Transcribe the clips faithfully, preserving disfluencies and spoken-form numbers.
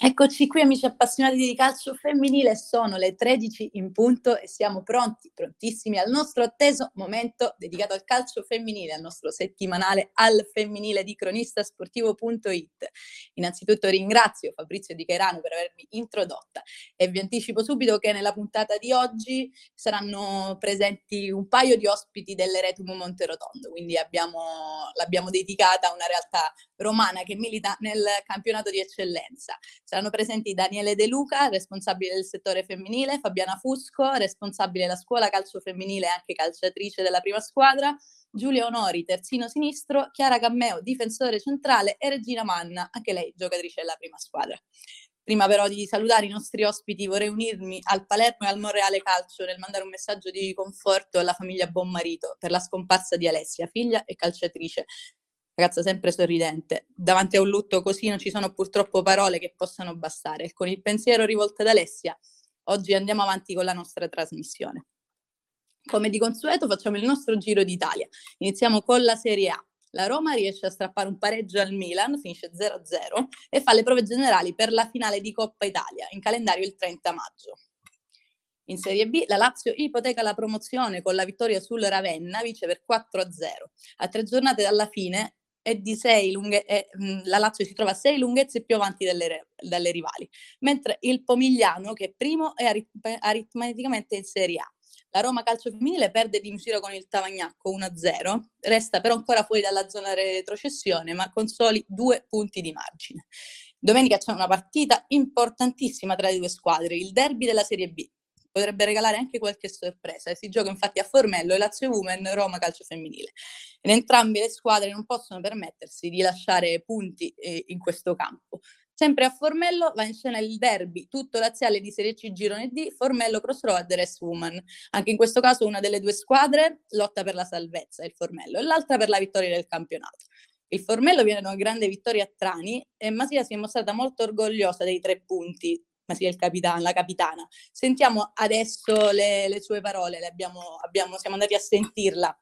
Eccoci qui amici appassionati di calcio femminile, sono le tredici in punto e siamo pronti, prontissimi al nostro atteso momento dedicato al calcio femminile, al nostro settimanale Al Femminile di cronistasportivo punto it. Innanzitutto ringrazio Fabrizio Di Cairano per avermi introdotta e vi anticipo subito che nella puntata di oggi saranno presenti un paio di ospiti dell'Eretumo Monterotondo, quindi abbiamo, l'abbiamo dedicata a una realtà romana che milita nel campionato di eccellenza. Saranno presenti Daniele De Luca, responsabile del settore femminile, Fabiana Fusco, responsabile della scuola calcio femminile e anche calciatrice della prima squadra, Giulia Onori, terzino sinistro, Chiara Cammeo, difensore centrale e Regina Manna, anche lei giocatrice della prima squadra. Prima però di salutare i nostri ospiti vorrei unirmi al Palermo e al Monreale Calcio nel mandare un messaggio di conforto alla famiglia Bonmarito per la scomparsa di Alessia, figlia e calciatrice. Ragazza sempre sorridente. Davanti a un lutto così non ci sono purtroppo parole che possano bastare. Con il pensiero rivolto ad Alessia, oggi andiamo avanti con la nostra trasmissione. Come di consueto facciamo il nostro giro d'Italia. Iniziamo con la Serie A. La Roma riesce a strappare un pareggio al Milan, finisce zero a zero, e fa le prove generali per la finale di Coppa Italia, in calendario il trenta maggio. In Serie B la Lazio ipoteca la promozione con la vittoria sul Ravenna, vince per quattro a zero. A tre giornate dalla fine è di sei lunghe, è, mh, la Lazio si trova a sei lunghezze più avanti dalle, dalle rivali, mentre il Pomigliano, che è primo, è arit- aritmeticamente in Serie A. La Roma calcio femminile perde di misura con il Tavagnacco uno a zero, resta però ancora fuori dalla zona retrocessione, ma con soli due punti di margine. Domenica c'è una partita importantissima tra le due squadre, il derby della Serie B. Potrebbe regalare anche qualche sorpresa. Si gioca infatti a Formello e Lazio Women, Roma calcio femminile. In entrambe le squadre non possono permettersi di lasciare punti eh, in questo campo. Sempre a Formello va in scena il derby tutto laziale di Serie C Girone D, Formello Crossroad e Rest Woman. Anche in questo caso una delle due squadre lotta per la salvezza, il Formello, e l'altra per la vittoria del campionato. Il Formello viene da una grande vittoria a Trani e Masia si è mostrata molto orgogliosa dei tre punti. Masia il capitano, la capitana. Sentiamo adesso le, le sue parole, le abbiamo, abbiamo, siamo andati a sentirla.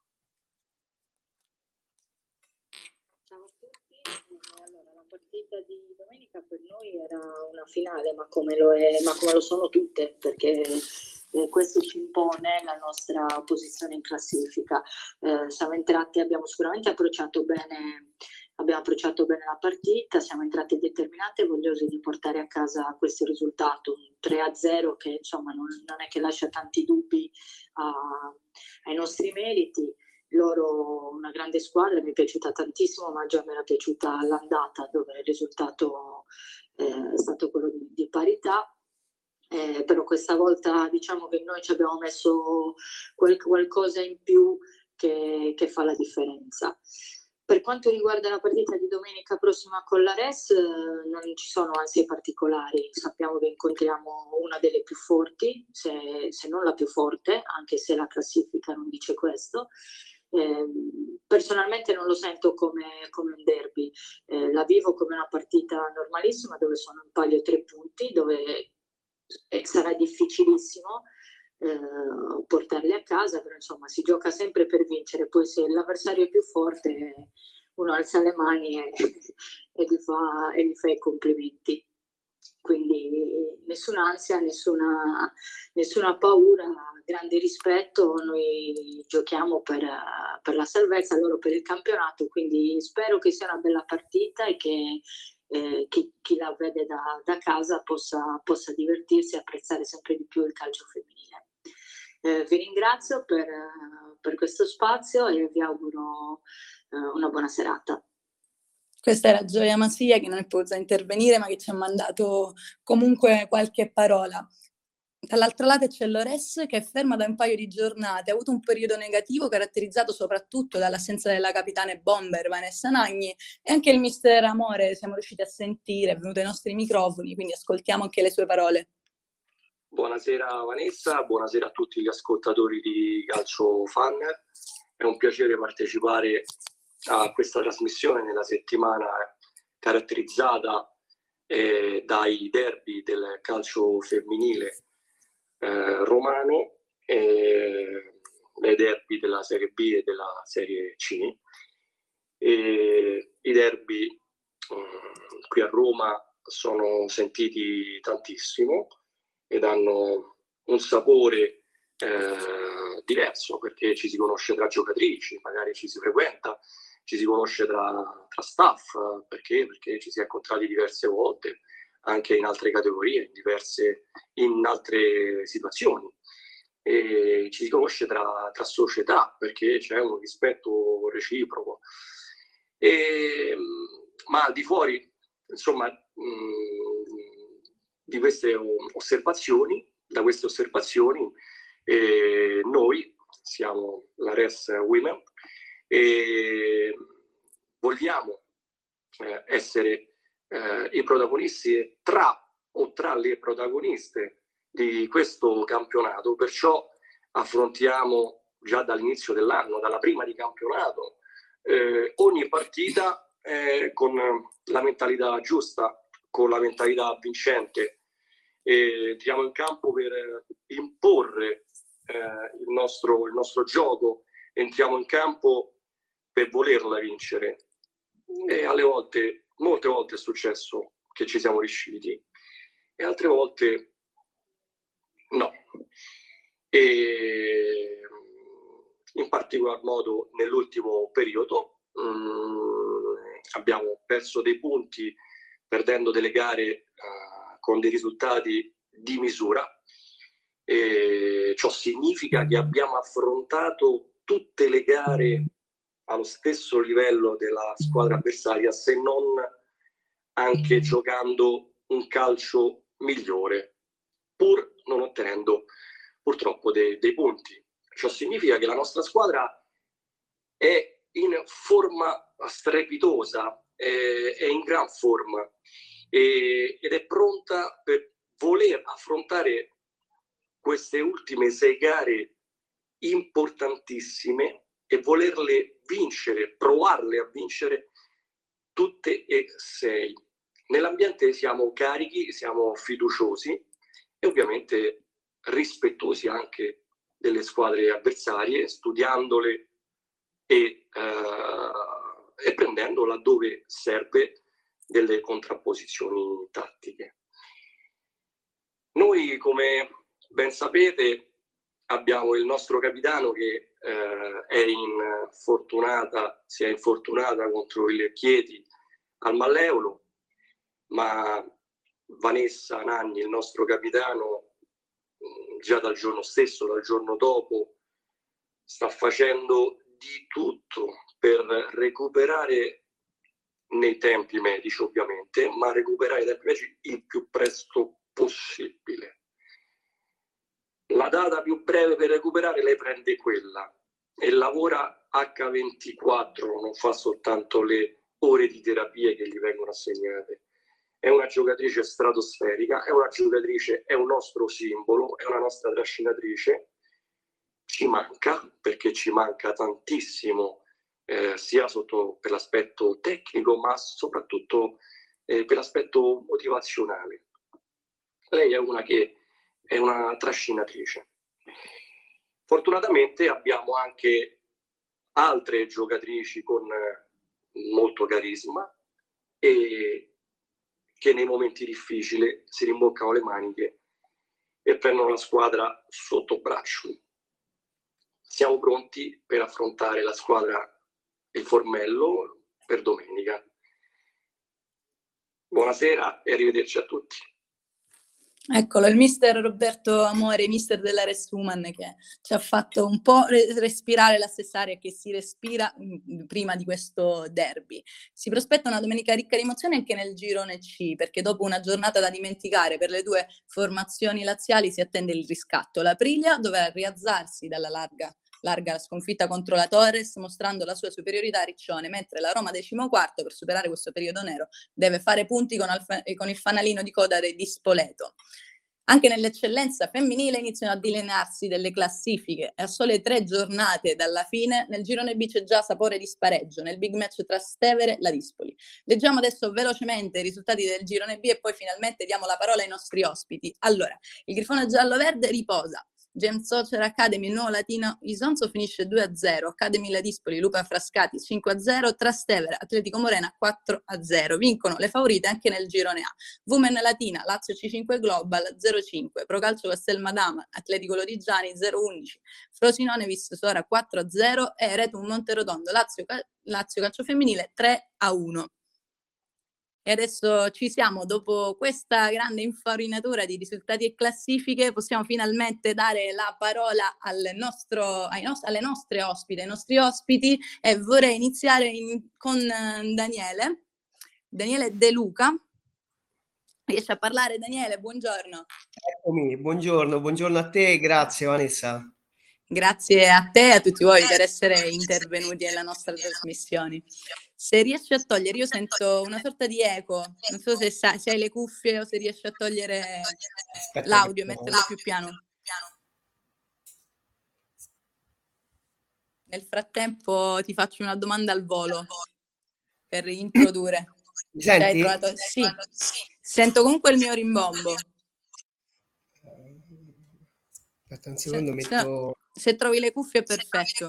Ciao a tutti, allora la partita di domenica per noi era una finale, ma come lo, è, ma come lo sono tutte, perché eh, questo ci impone la nostra posizione in classifica. Eh, siamo entrati, abbiamo sicuramente approcciato bene Abbiamo approcciato bene la partita, siamo entrati determinati e vogliosi di portare a casa questo risultato, un tre a zero che insomma non, non è che lascia tanti dubbi a, ai nostri meriti. Loro una grande squadra, mi è piaciuta tantissimo, ma già mi era piaciuta l'andata dove il risultato eh, è stato quello di, di parità. Eh, però questa volta diciamo che noi ci abbiamo messo quel, qualcosa in più che, che fa la differenza. Per quanto riguarda la partita di domenica prossima con la Res, eh, non ci sono ansie particolari, sappiamo che incontriamo una delle più forti, se, se non la più forte, anche se la classifica non dice questo. Eh, personalmente non lo sento come, come un derby, eh, la vivo come una partita normalissima dove sono in palio tre punti, dove eh, sarà difficilissimo Eh, portarli a casa, però insomma si gioca sempre per vincere, poi se l'avversario è più forte uno alza le mani e, e, gli, fa, e gli fa i complimenti. Quindi nessuna ansia, nessuna, nessuna paura, grande rispetto, noi giochiamo per, per la salvezza, loro per il campionato, quindi spero che sia una bella partita e che eh, chi, chi la vede da, da casa possa, possa divertirsi e apprezzare sempre di più il calcio femminile. Eh, vi ringrazio per, per questo spazio e vi auguro eh, una buona serata. Questa era Gioia Masia che non è potuta intervenire ma che ci ha mandato comunque qualche parola. Dall'altro lato c'è Lores che è ferma da un paio di giornate, ha avuto un periodo negativo caratterizzato soprattutto dall'assenza della capitana bomber Vanessa Nagni e anche il mister Amore siamo riusciti a sentire, è venuto ai nostri microfoni, quindi ascoltiamo anche le sue parole. Buonasera Vanessa, buonasera a tutti gli ascoltatori di Calcio Fan, è un piacere partecipare a questa trasmissione nella settimana caratterizzata eh, dai derby del calcio femminile eh, romano, eh, dai derby della Serie B e della Serie C. E i derby eh, qui a Roma sono sentiti tantissimo ed hanno un sapore eh, diverso, perché ci si conosce tra giocatrici, magari ci si frequenta, ci si conosce tra, tra staff, perché? Perché ci si è incontrati diverse volte, anche in altre categorie, in diverse, in altre situazioni. E ci si conosce tra, tra società, perché c'è un rispetto reciproco. E, ma al di fuori, insomma, mh, di queste osservazioni, da queste osservazioni, eh, noi siamo la Res Women e vogliamo eh, essere eh, i protagonisti tra o tra le protagoniste di questo campionato, perciò affrontiamo già dall'inizio dell'anno, dalla prima di campionato, eh, ogni partita eh, con la mentalità giusta, con la mentalità vincente. E entriamo in campo per imporre eh, il, nostro, il nostro gioco, entriamo in campo per volerla vincere. E alle volte, molte volte è successo che ci siamo riusciti e altre volte no. E in particolar modo nell'ultimo periodo mh, abbiamo perso dei punti perdendo delle gare uh, con dei risultati di misura. E ciò significa che abbiamo affrontato tutte le gare allo stesso livello della squadra avversaria, se non anche giocando un calcio migliore, pur non ottenendo purtroppo dei, dei punti. Ciò significa che la nostra squadra è in forma strepitosa, è, è in gran forma e, ed è pronta per voler affrontare queste ultime sei gare importantissime e volerle vincere, provarle a vincere tutte e sei. Nell'ambiente siamo carichi, siamo fiduciosi e ovviamente rispettosi anche delle squadre avversarie, studiandole e, uh, e prendendo laddove serve delle contrapposizioni tattiche. Noi, come ben sapete, abbiamo il nostro capitano che eh, è infortunata, si è infortunata contro il Chieti al malleolo, ma Vanessa Nanni, il nostro capitano, già dal giorno stesso, dal giorno dopo, sta facendo di tutto per recuperare nei tempi medici, ovviamente, ma recuperare i tempi medici il più presto possibile. La data più breve per recuperare lei prende quella e lavora acca ventiquattro, non fa soltanto le ore di terapie che gli vengono assegnate. È una giocatrice stratosferica, è una giocatrice, è un nostro simbolo, è una nostra trascinatrice. Ci manca, perché ci manca tantissimo, eh, sia sotto per l'aspetto tecnico, ma soprattutto eh, per l'aspetto motivazionale. Lei è una che è una trascinatrice. Fortunatamente abbiamo anche altre giocatrici con molto carisma e che nei momenti difficili si rimboccano le maniche e prendono la squadra sotto braccio. Siamo pronti per affrontare la squadra il Formello per domenica. Buonasera e arrivederci a tutti. Eccolo, il mister Roberto Amore, mister della Res Woman, che ci ha fatto un po' respirare la stessa aria che si respira prima di questo derby. Si prospetta una domenica ricca di emozioni anche nel girone C, perché dopo una giornata da dimenticare per le due formazioni laziali si attende il riscatto. La Priglia dovrà rialzarsi dalla larga larga sconfitta contro la Torres, mostrando la sua superiorità a Riccione, mentre la Roma decimoquarto, per superare questo periodo nero, deve fare punti con, alfa- con il fanalino di coda di Spoleto. Anche nell'eccellenza femminile iniziano a delinearsi delle classifiche e a sole tre giornate dalla fine nel girone B c'è già sapore di spareggio nel big match tra Stevere e la Dispoli. Leggiamo adesso velocemente i risultati del girone B e poi finalmente diamo la parola ai nostri ospiti. Allora, il Grifone giallo-verde riposa James Soccer Academy, il nuovo Latino Isonzo finisce due a zero, Academy Ladispoli, Luca Frascati cinque a zero, Trastevere, Atletico Morena quattro a zero. Vincono le favorite anche nel girone A. Women Latina, Lazio C cinque Global zero a cinque, Procalcio Castelmadama, Atletico Lodigiani zero a undici, Frosinone Vis Sora quattro a zero e Retum Monterotondo, Lazio, Lazio Calcio Femminile tre a uno. E adesso ci siamo, dopo questa grande infarinatura di risultati e classifiche, possiamo finalmente dare la parola al nostro, ai nos- alle nostre ospiti, ai nostri ospiti, e vorrei iniziare in, con uh, Daniele, Daniele De Luca. Riesci a parlare, Daniele? Buongiorno. Eccomi, buongiorno, buongiorno a te, grazie Vanessa. Grazie a te e a tutti voi per essere intervenuti nella nostra trasmissione. Se riesci a togliere, io sento una sorta di eco, non so se, sa, se hai le cuffie o se riesci a togliere Aspetta l'audio e metterlo più piano. Nel frattempo ti faccio una domanda al volo per introdurre. Mi senti? Trovato... Sì, sento comunque il mio rimbombo. Aspetta un secondo, se, metto... Se trovi le cuffie è perfetto.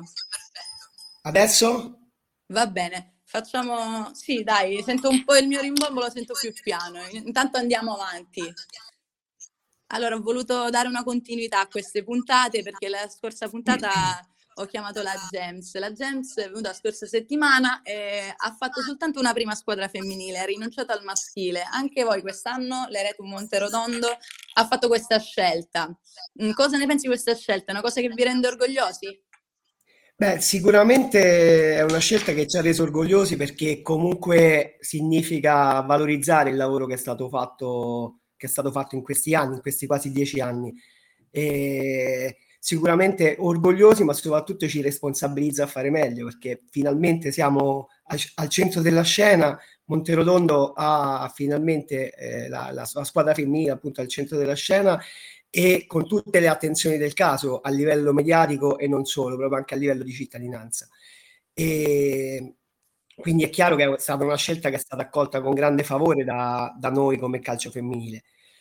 Adesso? Va bene, facciamo... Sì, dai, sento un po' il mio rimbombo, lo sento più piano. Intanto andiamo avanti. Allora, ho voluto dare una continuità a queste puntate perché la scorsa puntata ho chiamato la Gems. La Gems è venuta la scorsa settimana e ha fatto soltanto una prima squadra femminile, ha rinunciato al maschile. Anche voi quest'anno, l'Eretum Monterotondo, ha fatto questa scelta. Cosa ne pensi di questa scelta? È una cosa che vi rende orgogliosi? Beh, sicuramente è una scelta che ci ha reso orgogliosi perché comunque significa valorizzare il lavoro che è stato fatto, che è stato fatto in questi anni, in questi quasi dieci anni. E sicuramente orgogliosi, ma soprattutto ci responsabilizza a fare meglio perché finalmente siamo al, al centro della scena. Monterotondo ha finalmente eh, la, la sua squadra femminile appunto al centro della scena e con tutte le attenzioni del caso a livello mediatico e non solo, proprio anche a livello di cittadinanza. E quindi è chiaro che è stata una scelta che è stata accolta con grande favore da, da noi come calcio femminile.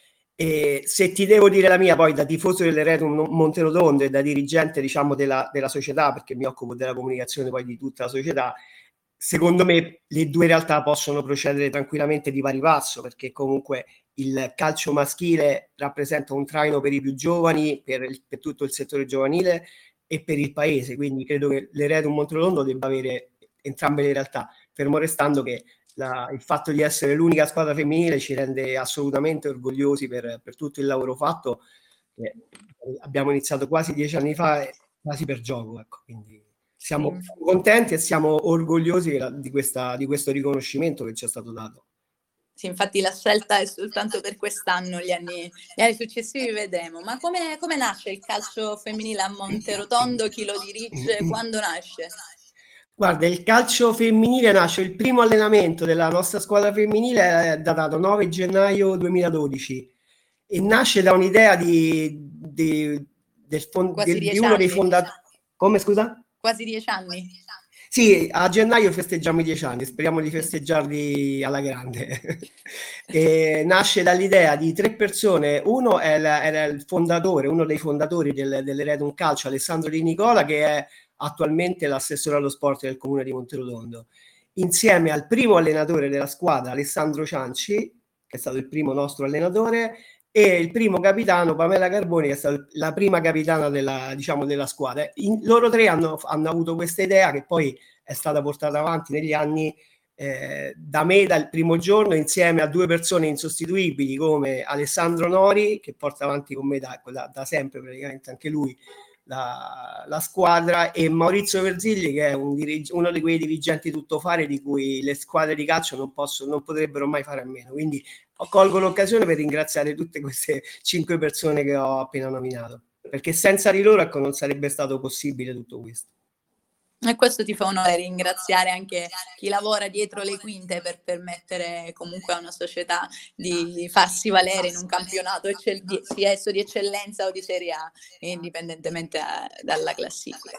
E se ti devo dire la mia, poi da tifoso dell'Eretum Monterotondo e da dirigente, diciamo, della, della società, perché mi occupo della comunicazione poi di tutta la società, secondo me le due realtà possono procedere tranquillamente di pari passo, perché comunque il calcio maschile rappresenta un traino per i più giovani, per, il, per tutto il settore giovanile e per il paese, quindi credo che l'Eretum Monterotondo debba avere entrambe le realtà, fermo restando che La, il fatto di essere l'unica squadra femminile ci rende assolutamente orgogliosi per, per tutto il lavoro fatto. Eh, abbiamo iniziato quasi dieci anni fa, quasi per gioco, ecco, quindi siamo sì. contenti e siamo orgogliosi di, questa, di questo riconoscimento che ci è stato dato. Sì, infatti la scelta è soltanto per quest'anno, gli anni, gli anni successivi vedremo. Ma come, come nasce il calcio femminile a Monterotondo? Chi lo dirige? Quando nasce? Guarda, il calcio femminile nasce, il primo allenamento della nostra squadra femminile è datato nove gennaio duemiladodici e nasce da un'idea di, di, del fond, di, di uno dei fondatori. Come scusa? Quasi dieci anni. Sì, a gennaio festeggiamo i dieci anni, speriamo di festeggiarli alla grande. E nasce dall'idea di tre persone, uno era, era il fondatore, uno dei fondatori del, dell'Eretum Calcio, Alessandro Di Nicola, che è attualmente l'assessore allo sport del comune di Monterotondo, insieme al primo allenatore della squadra, Alessandro Cianci, che è stato il primo nostro allenatore, e il primo capitano, Pamela Carboni, che è stata la prima capitana della, diciamo, della squadra. In, loro tre hanno, hanno avuto questa idea che poi è stata portata avanti negli anni eh, da me dal primo giorno, insieme a due persone insostituibili come Alessandro Nori, che porta avanti con me da, da, da sempre praticamente anche lui La, la squadra, e Maurizio Verzigli, che è un dirig- uno di quei dirigenti tuttofare di cui le squadre di calcio non, possono, non potrebbero mai fare a meno. Quindi colgo l'occasione per ringraziare tutte queste cinque persone che ho appena nominato, perché senza di loro, ecco, non sarebbe stato possibile tutto questo. E questo ti fa onore, ringraziare anche chi lavora dietro le quinte per permettere comunque a una società di farsi valere in un campionato, sia esso di eccellenza o di Serie A, indipendentemente dalla classifica.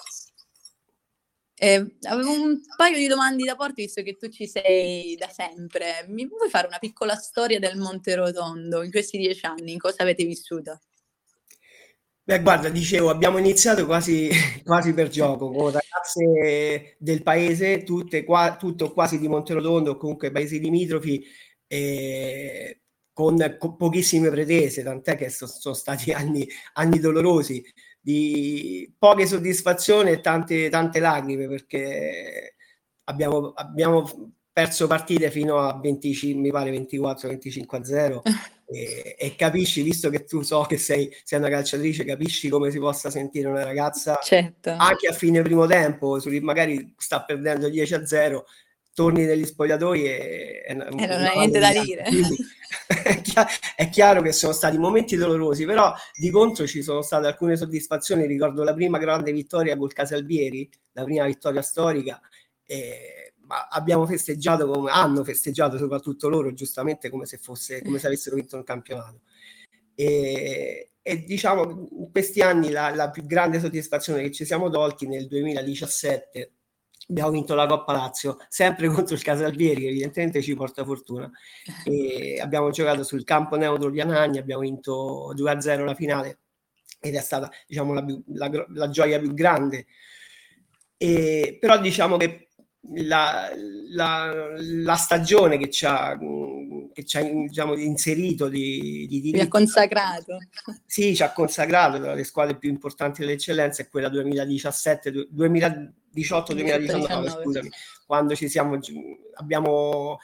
Eh, avevo un paio di domande da porti, visto che tu ci sei da sempre. Mi vuoi fare una piccola storia del Monterotondo in questi dieci anni? In cosa avete vissuto? Beh, guarda, dicevo, abbiamo iniziato quasi, quasi per gioco, con ragazze del paese, tutte qua, tutto quasi di Monterotondo, o comunque paesi limitrofi, eh, con, con pochissime pretese, tant'è che so- sono stati anni, anni dolorosi, di poche soddisfazioni e tante, tante lacrime, perché abbiamo, abbiamo perso partite fino a venticinque, mi pare ventiquattro venticinque a zero. E, e capisci, visto che tu so che sei, sei una calciatrice, capisci come si possa sentire una ragazza Certo. anche a fine primo tempo, su- magari sta perdendo dieci a zero, torni negli spogliatoi e, e E non hai niente da dire. Quindi è, chiaro, è chiaro che sono stati momenti dolorosi, però di contro ci sono state alcune soddisfazioni. Ricordo la prima grande vittoria col Casalbieri, la prima vittoria storica, e ma abbiamo festeggiato come hanno festeggiato soprattutto loro, giustamente, come se fosse come se avessero vinto un campionato. E, e diciamo in questi anni la, la più grande soddisfazione che ci siamo tolti nel duemiladiciassette abbiamo vinto la Coppa Lazio, sempre contro il Casalbieri, che evidentemente ci porta fortuna. E abbiamo giocato sul campo neutro di Anagni, abbiamo vinto due a zero la finale ed è stata, diciamo, la, la, la gioia più grande. E, però diciamo che la, la, la stagione che ci ha, che ci ha diciamo, inserito di, di diritti, mi ha consacrato. Sì, ci ha consacrato tra le squadre più importanti dell'eccellenza, è quella duemiladiciassette, duemiladiciotto duemiladiciannove, scusami, quando ci siamo abbiamo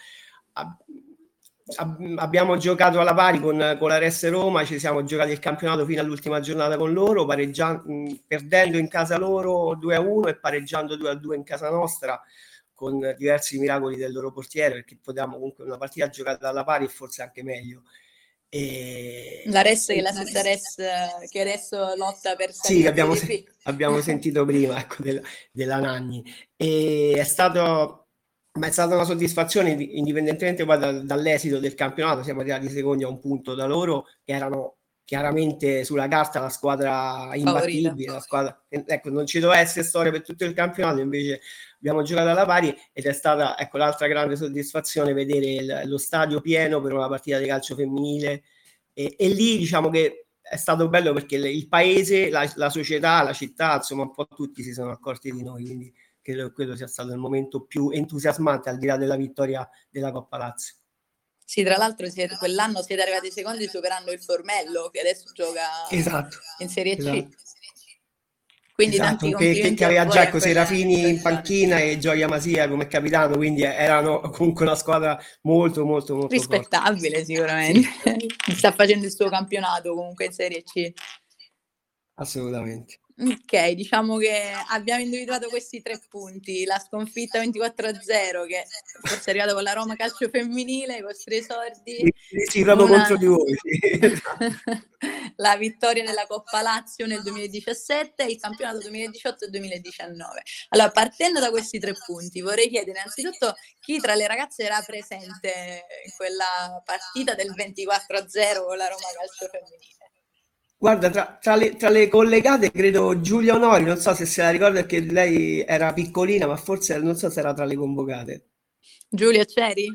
abbiamo giocato alla pari con, con la Res Roma, ci siamo giocati il campionato fino all'ultima giornata con loro, pareggiando, perdendo in casa loro due a uno e pareggiando due a due in casa nostra, con diversi miracoli del loro portiere, perché potevamo comunque una partita giocata alla pari e forse anche meglio. E... La Res che è la stessa Res che adesso lotta per salire. Sì, abbiamo, se- abbiamo sentito prima, ecco, della, della Nanni. E è stato... Ma è stata una soddisfazione, indipendentemente poi da, dall'esito del campionato. Siamo arrivati secondi a un punto da loro, che erano chiaramente sulla carta la squadra imbattibile, la squadra, ecco, non ci doveva essere storia per tutto il campionato, invece abbiamo giocato alla pari ed è stata, ecco, l'altra grande soddisfazione vedere il, lo stadio pieno per una partita di calcio femminile. E, e lì diciamo che è stato bello perché il, il paese, la, la società, la città, insomma un po' tutti si sono accorti di noi, quindi credo che quello sia stato il momento più entusiasmante al di là della vittoria della Coppa Lazio. Sì, tra l'altro siete, quell'anno siete arrivati secondi superando il Formello che adesso gioca esatto, in Serie C. Esatto. Quindi esatto, tanti che, complimenti che aveva a voi, Giacco a Serafini in panchina e Gioia Masia come capitano, quindi erano comunque una squadra molto molto molto rispettabile forte. Sicuramente. Sì. Sta facendo il suo campionato comunque in Serie C. Assolutamente. Ok, diciamo che abbiamo individuato questi tre punti: la sconfitta ventiquattro a zero che forse è arrivata con la Roma Calcio Femminile, i vostri esordi, sì, sì, proprio una... contro di voi, sì. La vittoria nella Coppa Lazio nel duemiladiciassette e il campionato duemiladiciotto e duemiladiciannove. Allora, partendo da questi tre punti, vorrei chiedere innanzitutto chi tra le ragazze era presente in quella partita del ventiquattro a zero con la Roma Calcio Femminile. Guarda, tra, tra, le, tra le collegate credo Giulia Onori, non so se se la ricorda perché lei era piccolina, ma forse non so se era tra le convocate. Giulia, c'eri?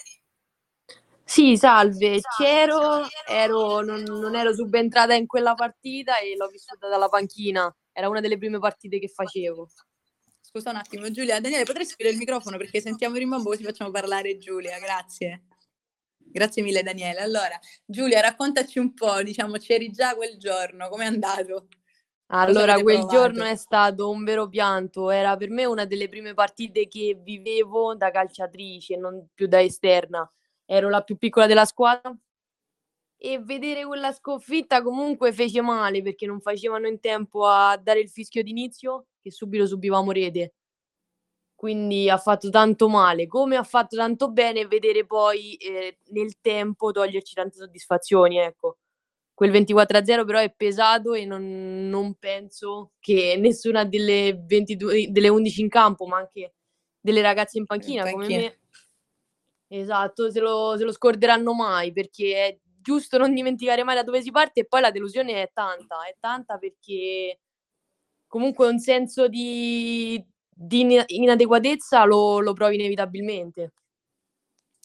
Sì, salve, c'ero, ero, non, non ero subentrata in quella partita e l'ho vissuta dalla panchina, era una delle prime partite che facevo. Scusa un attimo, Giulia. Daniele, potresti chiudere il microfono perché sentiamo il rimbombo così facciamo parlare Giulia, grazie. Grazie mille Daniele. Allora, Giulia, raccontaci un po', diciamo, c'eri già quel giorno, com'è andato? Allora, quel provato? giorno è stato un vero pianto, era per me una delle prime partite che vivevo da calciatrice, non più da esterna. Ero la più piccola della squadra e vedere quella sconfitta comunque fece male perché non facevano in tempo a dare il fischio d'inizio che subito subivamo rete. Quindi ha fatto tanto male, come ha fatto tanto bene vedere poi eh, nel tempo toglierci tante soddisfazioni, ecco. Quel ventiquattro a zero però è pesato e non, non penso che nessuna delle ventidue, delle undici in campo, ma anche delle ragazze in panchina, in panchina. come me, esatto, se lo, se lo scorderanno mai, perché è giusto non dimenticare mai da dove si parte e poi la delusione è tanta, è tanta perché comunque un senso di... di inadeguatezza lo, lo provi inevitabilmente.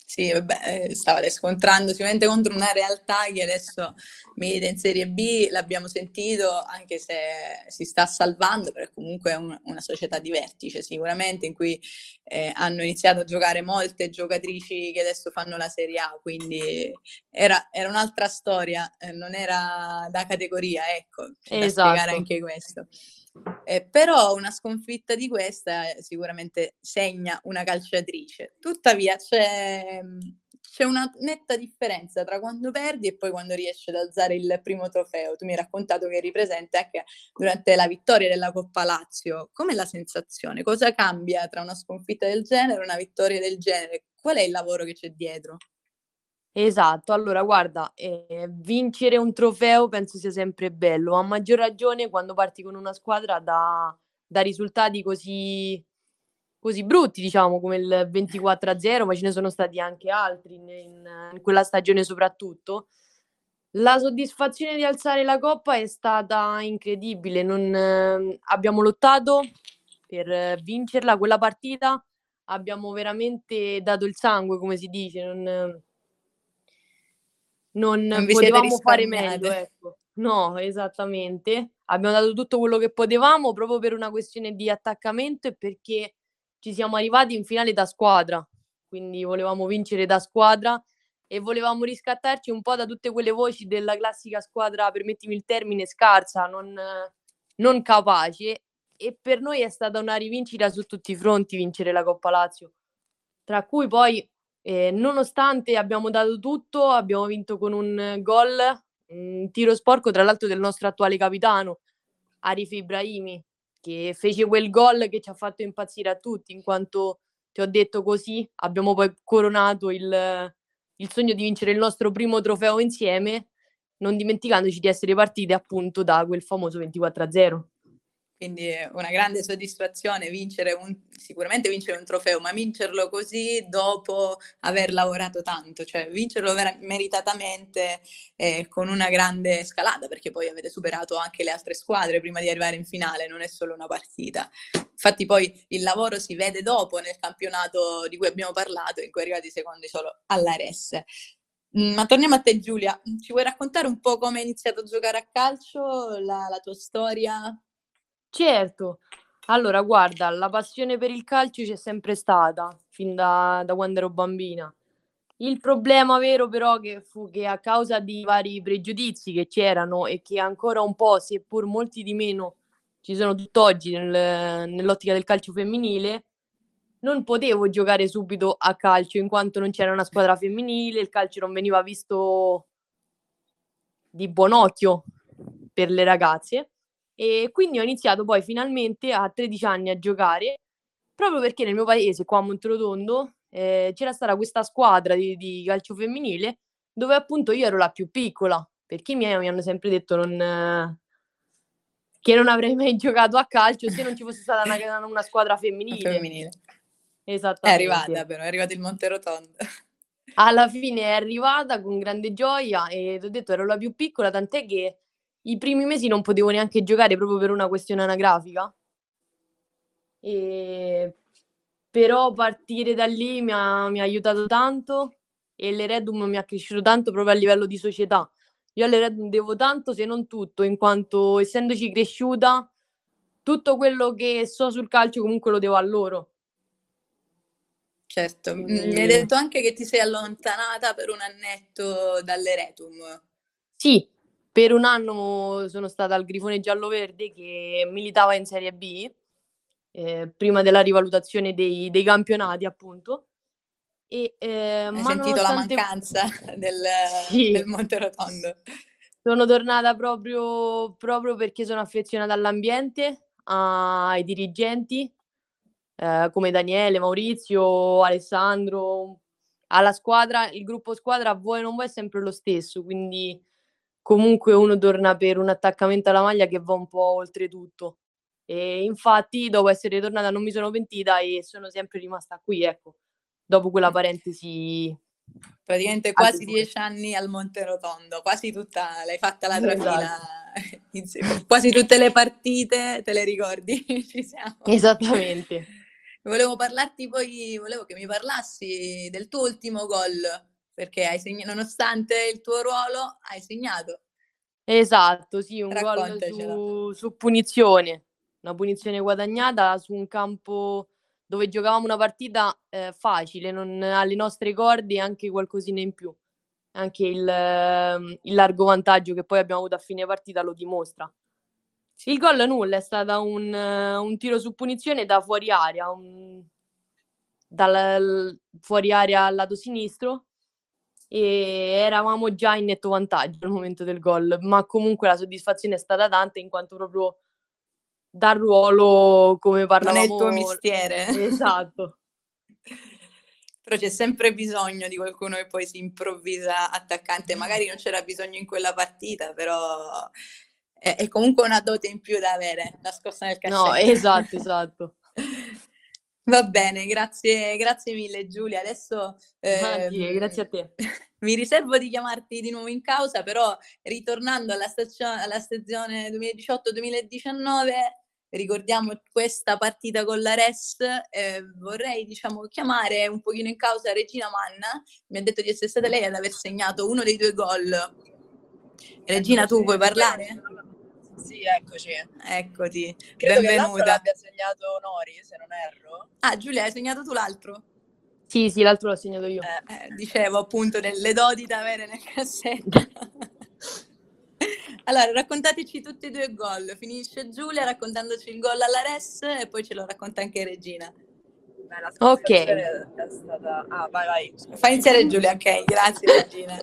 Sì, vabbè, stavate scontrando sicuramente contro una realtà che adesso milita in Serie B, l'abbiamo sentito, anche se si sta salvando, però comunque è un, una società di vertice sicuramente, in cui eh, hanno iniziato a giocare molte giocatrici che adesso fanno la Serie A, quindi era, era un'altra storia, eh, non era da categoria, ecco, c'è da spiegare Esatto. anche questo. Eh, però una sconfitta di questa eh, sicuramente segna una calciatrice. Tuttavia c'è, c'è una netta differenza tra quando perdi e poi quando riesci ad alzare il primo trofeo. Tu mi hai raccontato che eri presente anche durante la vittoria della Coppa Lazio. Com'è la sensazione? Cosa cambia tra una sconfitta del genere e una vittoria del genere? Qual è il lavoro che c'è dietro? Esatto, allora guarda, eh, vincere un trofeo penso sia sempre bello, a maggior ragione quando parti con una squadra da, da risultati così, così brutti, diciamo, come il ventiquattro a zero, ma ce ne sono stati anche altri in, in- in quella stagione soprattutto. La soddisfazione di alzare la coppa è stata incredibile, non, eh, abbiamo lottato per eh, vincerla quella partita, abbiamo veramente dato il sangue, come si dice, non non Non vi siete potevamo fare meglio, risparmiate? ecco. No, esattamente. Abbiamo dato tutto quello che potevamo proprio per una questione di attaccamento e perché ci siamo arrivati in finale da squadra. Quindi volevamo vincere da squadra e volevamo riscattarci un po' da tutte quelle voci della classica squadra, permettimi il termine, scarsa, non, non capace. E per noi è stata una rivincita su tutti i fronti vincere la Coppa Lazio. Tra cui poi eh, nonostante abbiamo dato tutto, abbiamo vinto con un gol, un tiro sporco tra l'altro del nostro attuale capitano, Arif Ibrahimi, che fece quel gol che ci ha fatto impazzire a tutti, in quanto ti ho detto così, abbiamo poi coronato il, il sogno di vincere il nostro primo trofeo insieme, non dimenticandoci di essere partite appunto da quel famoso ventiquattro a zero. Quindi è una grande soddisfazione vincere un, sicuramente vincere un trofeo, ma vincerlo così dopo aver lavorato tanto, cioè vincerlo ver- meritatamente eh, con una grande scalata, perché poi avete superato anche le altre squadre prima di arrivare in finale, non è solo una partita. Infatti poi il lavoro si vede dopo nel campionato di cui abbiamo parlato, in cui è arrivati secondi solo all'Ares. Mm, Ma torniamo a te Giulia, ci vuoi raccontare un po' come hai iniziato a giocare a calcio, la, la tua storia? Certo, allora guarda, la passione per il calcio c'è sempre stata, fin da, da quando ero bambina. Il problema vero però che fu che a causa di vari pregiudizi che c'erano e che ancora un po', seppur molti di meno, ci sono tutt'oggi nel- nell'ottica del calcio femminile, non potevo giocare subito a calcio in quanto non c'era una squadra femminile, il calcio non veniva visto di buon occhio per le ragazze e quindi ho iniziato poi finalmente a tredici anni a giocare proprio perché nel mio paese, qua a Monterotondo, eh, c'era stata questa squadra di, di calcio femminile dove appunto io ero la più piccola, perché i miei mi hanno sempre detto non, eh, che non avrei mai giocato a calcio se non ci fosse stata una, una squadra femminile. Femminile. È Esattamente. arrivata però, è arrivato il Monterotondo. Alla fine è arrivata con grande gioia e ti ho detto ero la più piccola, tant'è che i primi mesi non potevo neanche giocare proprio per una questione anagrafica. E... Però partire da lì mi ha, mi ha aiutato tanto e l'Eredum mi ha cresciuto tanto proprio a livello di società. Io all'Eredum devo tanto, se non tutto, in quanto essendoci cresciuta, tutto quello che so sul calcio comunque lo devo a loro. Certo, Quindi... mi hai detto anche che ti sei allontanata per un annetto dall'Eretum. Sì, per un anno sono stata al Grifone Giallo-Verde che militava in Serie B, eh, prima della rivalutazione dei, dei campionati, appunto. E, eh, Hai ma sentito la nonostante... mancanza del, Sì, del Monterotondo? sono tornata proprio, proprio perché sono affezionata all'ambiente, ai dirigenti, eh, come Daniele, Maurizio, Alessandro, alla squadra. Il gruppo squadra, vuoi o non vuoi, è sempre lo stesso, quindi comunque uno torna per un attaccamento alla maglia che va un po' oltre tutto. E infatti dopo essere tornata non mi sono pentita e sono sempre rimasta qui, ecco, dopo quella parentesi. Praticamente quasi dieci anni al Monterotondo, quasi tutta, l'hai fatta la trafila, esatto. Quasi tutte le partite, te le ricordi? Ci siamo. Esattamente. volevo parlarti poi, volevo che mi parlassi del tuo ultimo gol, perché hai segnato, nonostante il tuo ruolo, hai segnato. Esatto, sì, un gol Raccontacelo. su, su punizione, una punizione guadagnata su un campo dove giocavamo una partita eh, facile, non alle nostre corde e anche qualcosina in più. Anche il, ehm, il largo vantaggio che poi abbiamo avuto a fine partita lo dimostra. Il gol nulla, è stato un, eh, un tiro su punizione da fuori area, un- dal fuori area al lato sinistro, e eravamo già in netto vantaggio al momento del gol, ma comunque la soddisfazione è stata tanta in quanto proprio dal ruolo, come Non è il tuo parlavamo. mestiere. Esatto. Però c'è sempre bisogno di qualcuno che poi si improvvisa attaccante. Magari non c'era bisogno in quella partita, però è, è comunque una dote in più da avere, nascosta nel No, cassetto. esatto, esatto. Va bene, grazie, grazie mille Giulia. Adesso Ah, sì, ehm, grazie a te. mi riservo di chiamarti di nuovo in causa, però ritornando alla, stazio- alla stagione duemiladiciotto duemiladiciannove, ricordiamo questa partita con la Res, eh, vorrei diciamo chiamare un pochino in causa Regina Manna. Mi ha detto di essere stata lei ad aver segnato uno dei due gol. Regina, Eccoci. tu puoi parlare? Sì, eccoci. Eccoti, Credo che l'altro benvenuta. l'abbia segnato Nori, se non erro. Ah, Giulia, hai segnato tu l'altro? Sì, sì, l'altro l'ho segnato io. Eh, Eh, dicevo appunto delle doti da avere nel cassetto. Allora, raccontateci tutti e due i gol. Finisce Giulia raccontandoci il gol alla Res e poi ce lo racconta anche Regina. beh, la Ok. soddisfazione è stata... Ah, vai, vai. Fa iniziare Giulia, ok? Grazie Regina.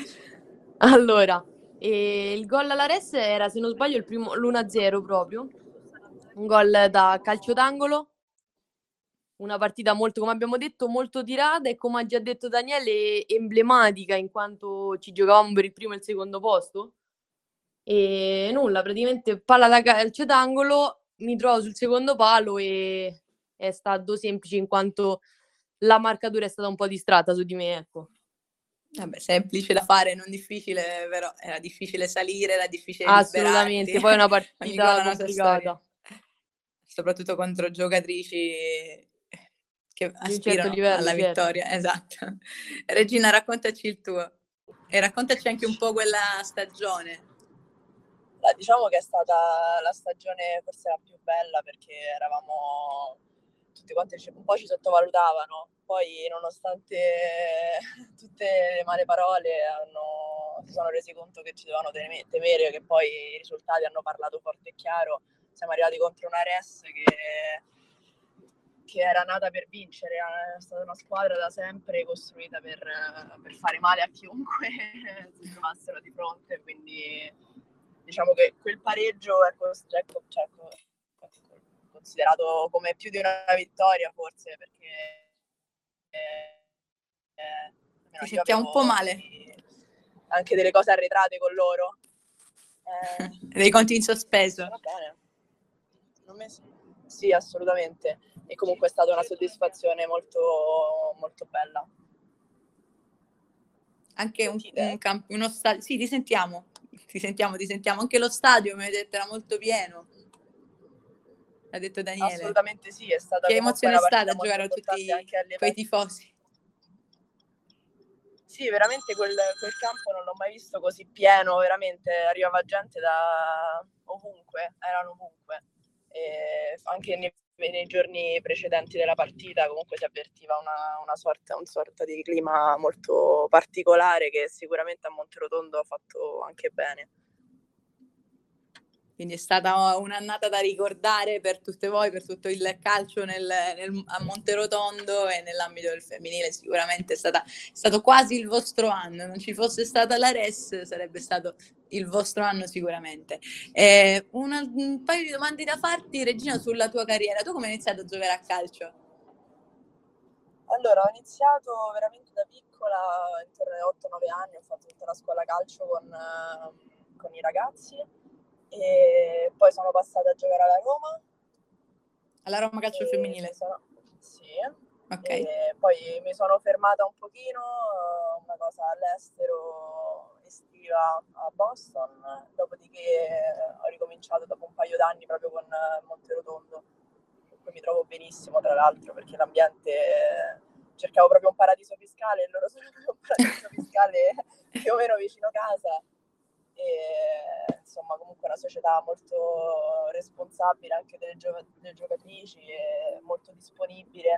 Allora, e il gol alla Res era, se non sbaglio, il primo, l'uno a zero proprio. Un gol da calcio d'angolo. Una partita molto, come abbiamo detto, molto tirata e, come ha già detto Daniele, emblematica in quanto ci giocavamo per il primo e il secondo posto. E nulla, praticamente palla da calcio d'angolo, mi trovo sul secondo palo e è stato semplice in quanto la marcatura è stata un po' distratta su di me, ecco. Vabbè, semplice da fare, non difficile, però era difficile salire, era difficile Assolutamente, liberarti. poi è una Ogni gol partita ha una sua storia. complicata, Soprattutto contro giocatrici che di un certo aspirano livello, alla certo. vittoria. Esatto. Regina, raccontaci il tuo e raccontaci anche un po' quella stagione. Beh, diciamo che è stata la stagione forse la più bella perché eravamo tutti quanti un po' ci sottovalutavano, poi nonostante tutte le male parole hanno, si sono resi conto che ci dovevano teme- temere, che poi i risultati hanno parlato forte e chiaro. Siamo arrivati contro una Res che, che era nata per vincere, è stata una squadra da sempre costruita per, per fare male a chiunque si trovassero di fronte, quindi diciamo che quel pareggio è cioè, considerato come più di una vittoria forse, perché eh, Ti sentiamo un po' male. Anche delle cose arretrate con loro. Eh, dei conti in sospeso. Va bene. Non mi... Sì, assolutamente. E comunque è stata una soddisfazione molto, molto bella. Anche un, un camp- uno stadio. Sì, ti sentiamo. Ti sentiamo, ti sentiamo. Anche lo stadio, mi hai detto, era molto pieno. Ha detto Daniele. Assolutamente sì, è stata che emozione è stata giocare con tutti quei tifosi? Sì, veramente quel, quel campo non l'ho mai visto così pieno, veramente arrivava gente da ovunque, erano ovunque. E anche nei, nei giorni precedenti della partita comunque si avvertiva una, una sorta, un sorta di clima molto particolare che sicuramente a Monterotondo ha fatto anche bene. Quindi è stata un'annata da ricordare per tutte voi, per tutto il calcio nel, nel, a Monterotondo e nell'ambito del femminile. Sicuramente è, stata, è stato quasi il vostro anno. Non ci fosse stata la Res, sarebbe stato il vostro anno sicuramente. Eh, una, un paio di domande da farti, Regina, sulla tua carriera. Tu come hai iniziato a giocare a calcio? Allora, ho iniziato veramente da piccola, intorno ai otto nove anni, ho fatto tutta la scuola calcio con, uh, con i ragazzi e poi sono passata a giocare alla Roma. Alla Roma Calcio Femminile? Sono... Sì, okay. E poi mi sono fermata un pochino, una cosa all'estero, estiva a Boston, dopodiché ho ricominciato dopo un paio d'anni proprio con Monterotondo. Poi mi trovo benissimo, tra l'altro, perché l'ambiente, eh, cercavo proprio un paradiso fiscale e loro sono proprio un paradiso fiscale più o meno vicino casa. E insomma, comunque una società molto responsabile anche delle, gio- delle giocatrici e molto disponibile.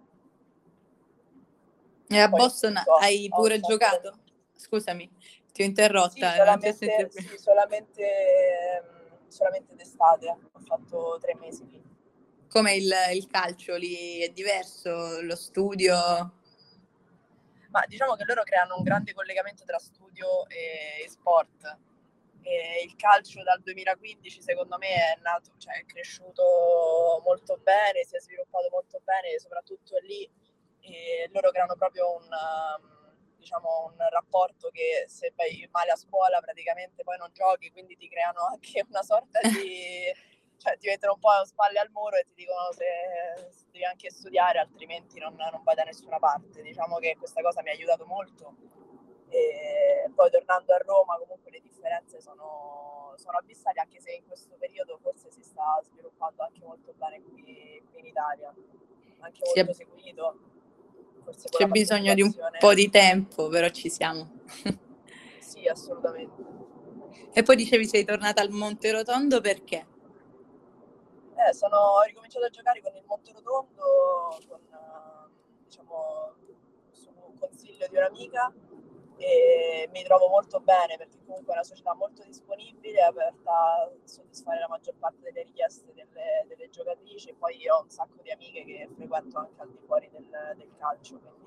E a Poi, Boston appunto, hai ho un pure sacco giocato? Scusami, ti ho interrotta. Sì, Non ti ho solamente, sentito più. sì, solamente, ehm, solamente d'estate, ho fatto tre mesi lì. Come il, il calcio lì è diverso, lo studio? Ma diciamo che loro creano un grande collegamento tra studio e sport. E il calcio dal duemilaquindici secondo me è nato, cioè è cresciuto molto bene, si è sviluppato molto bene, soprattutto lì. E loro creano proprio un, um, diciamo, un rapporto che se vai male a scuola praticamente poi non giochi, quindi ti creano anche una sorta di... cioè ti mettono un po' a spalle al muro e ti dicono se, se devi anche studiare, altrimenti non, non vai da nessuna parte. Diciamo che questa cosa mi ha aiutato molto. E poi tornando a Roma comunque le differenze sono, sono abissali, anche se in questo periodo forse si sta sviluppando anche molto bene qui, qui in Italia, anche Sì, molto seguito, forse con c'è la bisogno di un partecipazione. po' di tempo, però ci siamo. Sì, assolutamente. E poi dicevi sei tornata al Monterotondo perché? Eh, sono, ho ricominciato a giocare con il Monterotondo, con, eh, diciamo, su consiglio di un'amica, e mi trovo molto bene perché comunque è una società molto disponibile, aperta a soddisfare la maggior parte delle richieste delle, delle giocatrici, e poi ho un sacco di amiche che frequento anche al di fuori del, del calcio, quindi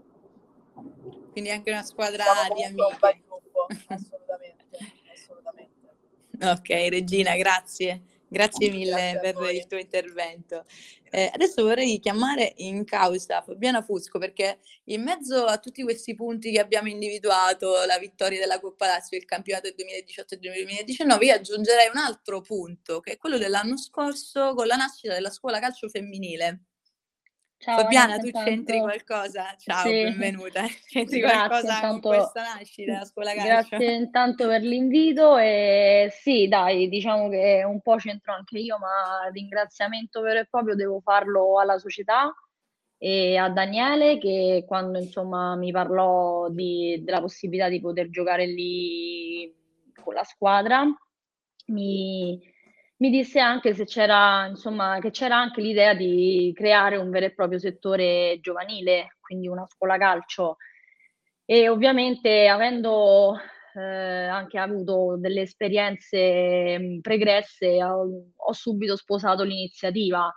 Quindi anche una squadra siamo di comunque un bel amiche. gruppo, assolutamente, assolutamente. Ok, Regina, grazie. Grazie mille Grazie a per voi. il tuo intervento. Eh, adesso vorrei chiamare in causa Fabiana Fusco perché in mezzo a tutti questi punti che abbiamo individuato, la vittoria della Coppa Lazio, il campionato del duemiladiciotto e duemiladiciannove, io aggiungerei un altro punto che è quello dell'anno scorso con la nascita della scuola calcio femminile. Ciao Fabiana, Vanessa, tu c'entri intanto qualcosa? Ciao, sì, benvenuta. C'entri grazie qualcosa con intanto, questa nascita della scuola calcio? grazie intanto per l'invito e sì, dai, diciamo che un po' c'entro anche io, ma il ringraziamento vero e proprio devo farlo alla società e a Daniele che quando insomma mi parlò di- della possibilità di poter giocare lì con la squadra, mi, mi disse anche se c'era, insomma, che c'era anche l'idea di creare un vero e proprio settore giovanile, quindi una scuola calcio. E ovviamente avendo eh, anche avuto delle esperienze mh, pregresse, ho, ho subito sposato l'iniziativa.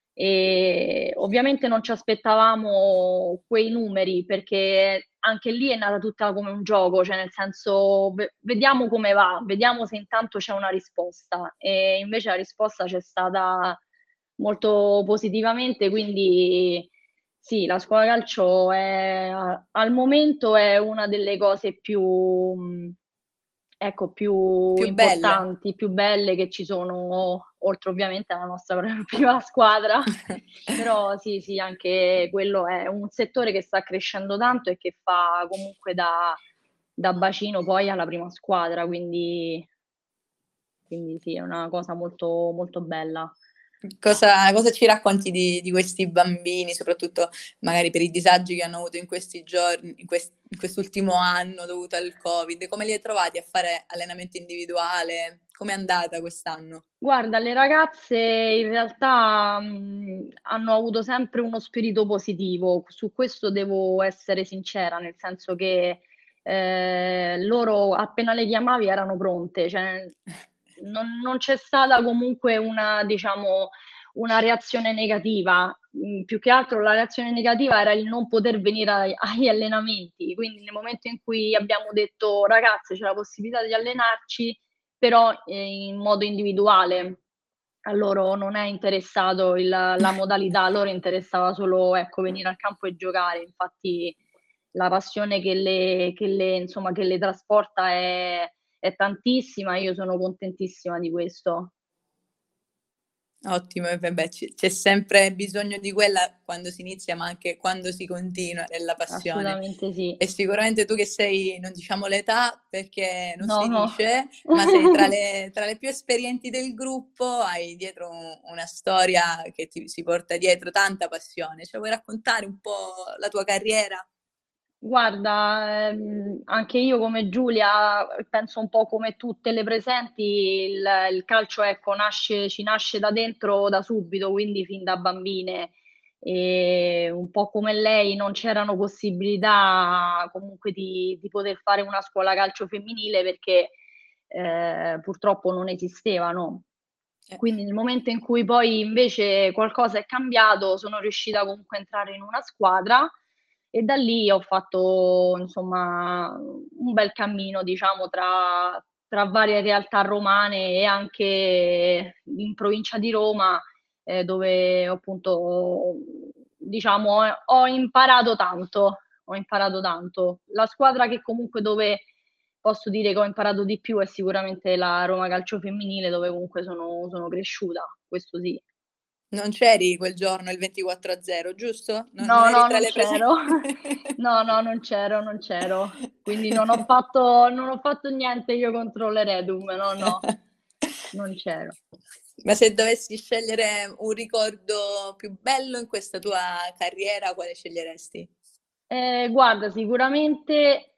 E ovviamente non ci aspettavamo quei numeri perché anche lì è nata tutta come un gioco, cioè nel senso ve- vediamo come va, vediamo se intanto c'è una risposta e invece la risposta c'è stata molto positivamente, quindi sì, la scuola calcio è, al momento è una delle cose più, mh, ecco, più Più belle. importanti, più belle che ci sono, oltre ovviamente alla nostra prima squadra. Però sì, sì, anche quello è un settore che sta crescendo tanto e che fa comunque da, da bacino poi alla prima squadra, quindi, quindi sì, è una cosa molto, molto bella. Cosa, cosa ci racconti di, di questi bambini, soprattutto magari per i disagi che hanno avuto in questi giorni, in, quest- in quest'ultimo anno dovuto al Covid? Come li hai trovati a fare allenamento individuale? Come è andata quest'anno? Guarda, le ragazze in realtà mh, hanno avuto sempre uno spirito positivo, su questo devo essere sincera, nel senso che eh, loro appena le chiamavi erano pronte, cioè non, non c'è stata comunque una, diciamo, una reazione negativa. Mm, più che altro la reazione negativa era il non poter venire ai, agli allenamenti, quindi nel momento in cui abbiamo detto ragazze c'è la possibilità di allenarci però eh, in modo individuale. A loro non è interessato il- la modalità, a loro interessava solo ecco, venire al campo e giocare. Infatti la passione che le, che le, insomma, che le trasporta è, è tantissima, io sono contentissima di questo. Ottimo, e vabbè, c- c'è sempre bisogno di quella quando si inizia, ma anche quando si continua nella passione. Assolutamente sì. E sicuramente tu che sei, non diciamo l'età perché non No, si no. dice, ma sei tra le, tra le più esperienti del gruppo, hai dietro un- una storia che ti si porta dietro tanta passione. Cioè, vuoi raccontare un po' la tua carriera? Guarda, ehm, anche io come Giulia, penso un po' come tutte le presenti, il, il calcio ecco, nasce, ci nasce da dentro da subito, quindi fin da bambine. E un po' come lei non c'erano possibilità comunque di, di poter fare una scuola calcio femminile perché eh, purtroppo non esistevano. Eh, Quindi nel momento in cui poi invece qualcosa è cambiato, sono riuscita comunque a entrare in una squadra e da lì ho fatto insomma un bel cammino, diciamo, tra, tra varie realtà romane e anche in provincia di Roma, eh, dove appunto diciamo ho, ho imparato tanto, ho imparato tanto. La squadra che comunque dove posso dire che ho imparato di più è sicuramente la Roma Calcio Femminile, dove comunque sono, sono cresciuta, questo sì. Non c'eri quel giorno il ventiquattro a zero, giusto? No- non No, eri no, tra non le c'ero. presenti? No, no, non c'ero, non c'ero. Quindi non ho fatto, non ho fatto niente io contro l'Eredum, no, no, non c'ero. Ma se dovessi scegliere un ricordo più bello in questa tua carriera, quale sceglieresti? Eh, guarda, sicuramente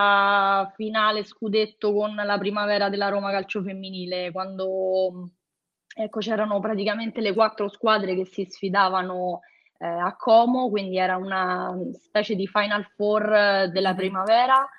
la finale scudetto con la primavera della Roma Calcio Femminile, quando ecco, c'erano praticamente le quattro squadre che si sfidavano eh, a Como, quindi era una specie di Final Four eh, della Mhm. primavera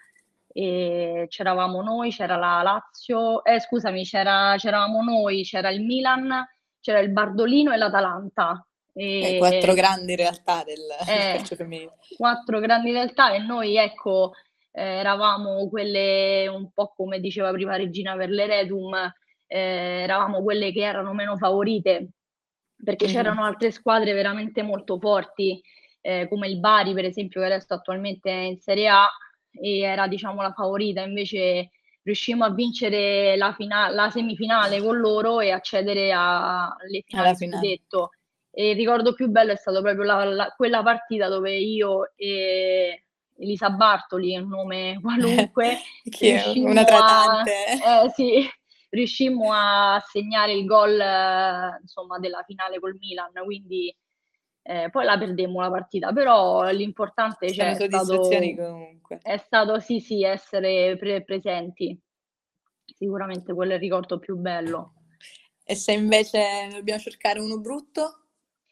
e c'eravamo noi, c'era la Lazio, eh, scusami, c'era, c'eravamo noi, c'era il Milan, c'era il Bardolino e l'Atalanta. Eh, quattro E, grandi realtà del, del eh, calcio femminile. quattro grandi realtà e noi, ecco, eh, eravamo quelle un po' come diceva prima Regina per l'Eredum, eh, eravamo quelle che erano meno favorite perché Mhm. c'erano altre squadre veramente molto forti, eh, come il Bari, per esempio, che adesso attualmente è in Serie A e era, diciamo, la favorita, invece riuscimmo a vincere la, fina- la semifinale con loro e accedere a- alle Alla finali finale. scudetto. E il ricordo più bello è stato proprio la- la- quella partita dove io e Elisa Bartoli, un nome qualunque, Chi è? Una riuscimmo tra a, tante. eh, sì, riuscimmo a segnare il gol, eh, insomma, della finale col Milan, quindi eh, poi la perdemmo la partita, però l'importante Sono cioè, è soddisfazioni stato, comunque. è stato sì, sì, essere pre- presenti. Sicuramente quello è il ricordo più bello. E se invece dobbiamo cercare uno brutto?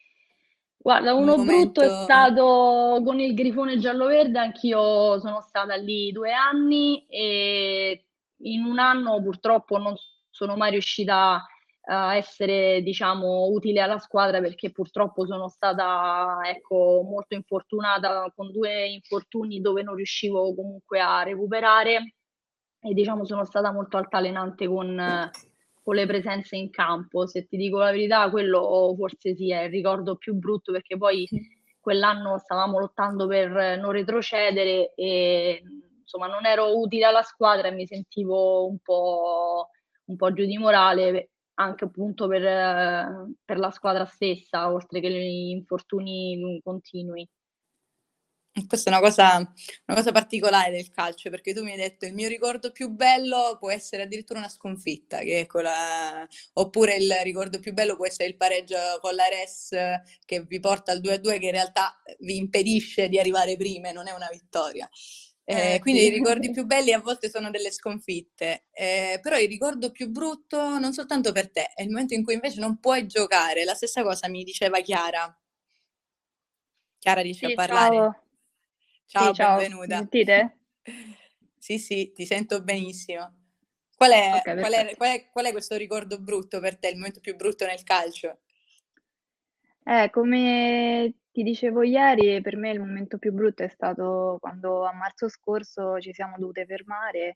Guarda, Un uno brutto è momento... stato con il Grifone giallo-verde, anch'io sono stata lì due anni e in un anno purtroppo non sono mai riuscita a essere, diciamo, utile alla squadra perché purtroppo sono stata, ecco, molto infortunata con due infortuni dove non riuscivo comunque a recuperare e diciamo sono stata molto altalenante con, eh, con le presenze in campo. Se ti dico la verità, quello forse sì è il ricordo più brutto perché poi quell'anno stavamo lottando per non retrocedere e insomma non ero utile alla squadra e mi sentivo un po', un po' giù di morale anche appunto per, eh, per la squadra stessa, oltre che gli infortuni continui. Questa è una cosa, una cosa particolare del calcio, perché tu mi hai detto il mio ricordo più bello può essere addirittura una sconfitta, che è quella... oppure il ricordo più bello può essere il pareggio con la Res che vi porta al due a due, che in realtà vi impedisce di arrivare prima e non è una vittoria. Eh, Eh quindi sì. i ricordi più belli a volte sono delle sconfitte, eh, però il ricordo più brutto non soltanto per te, è il momento in cui invece non puoi giocare. La stessa cosa mi diceva Chiara. Chiara, riesci a Sì, parlare? ciao. Sì, Ciao, ciao, mi benvenuta. sentite? Sì, sì, ti sento benissimo. Qual Ok, è, qual è- perfetto. qual è- qual è questo ricordo brutto per te, il momento più brutto nel calcio? Eh, come ti dicevo ieri, per me il momento più brutto è stato quando a marzo scorso ci siamo dovute fermare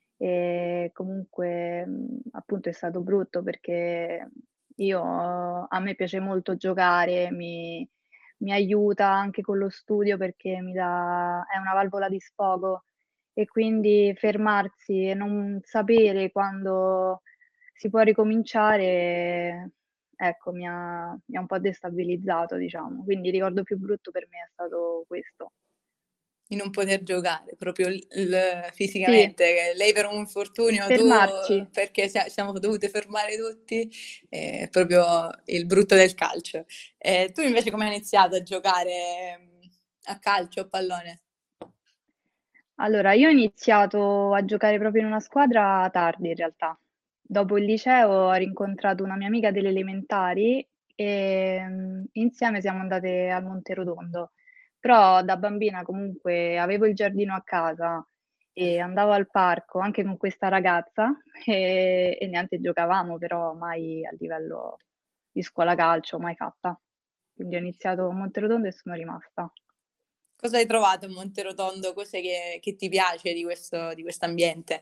e comunque mh, appunto è stato brutto perché io, a me piace molto giocare, mi, mi aiuta anche con lo studio perché mi dà, è una valvola di sfogo e quindi fermarsi e non sapere quando si può ricominciare ecco, mi ha, mi ha un po' destabilizzato, diciamo. Quindi il ricordo più brutto per me è stato questo. Di non poter giocare proprio l- l- Sì, fisicamente, che lei per un infortunio, tu fermarci. perché sia- siamo dovute fermare tutti, è proprio il brutto del calcio. Eh, tu invece come hai iniziato a giocare mm, a calcio, a pallone? Allora, io ho iniziato a giocare proprio in una squadra tardi in realtà. Dopo il liceo ho rincontrato una mia amica delle elementari e mm, insieme siamo andate al Monterotondo. Però da bambina comunque avevo il giardino a casa e andavo al parco anche con questa ragazza e, e niente, giocavamo, però mai a livello di scuola calcio, mai fatta. Quindi ho iniziato a Monterotondo e sono rimasta. Cosa hai trovato a Monterotondo? Cos'è che, che ti piace di questo, di questo ambiente?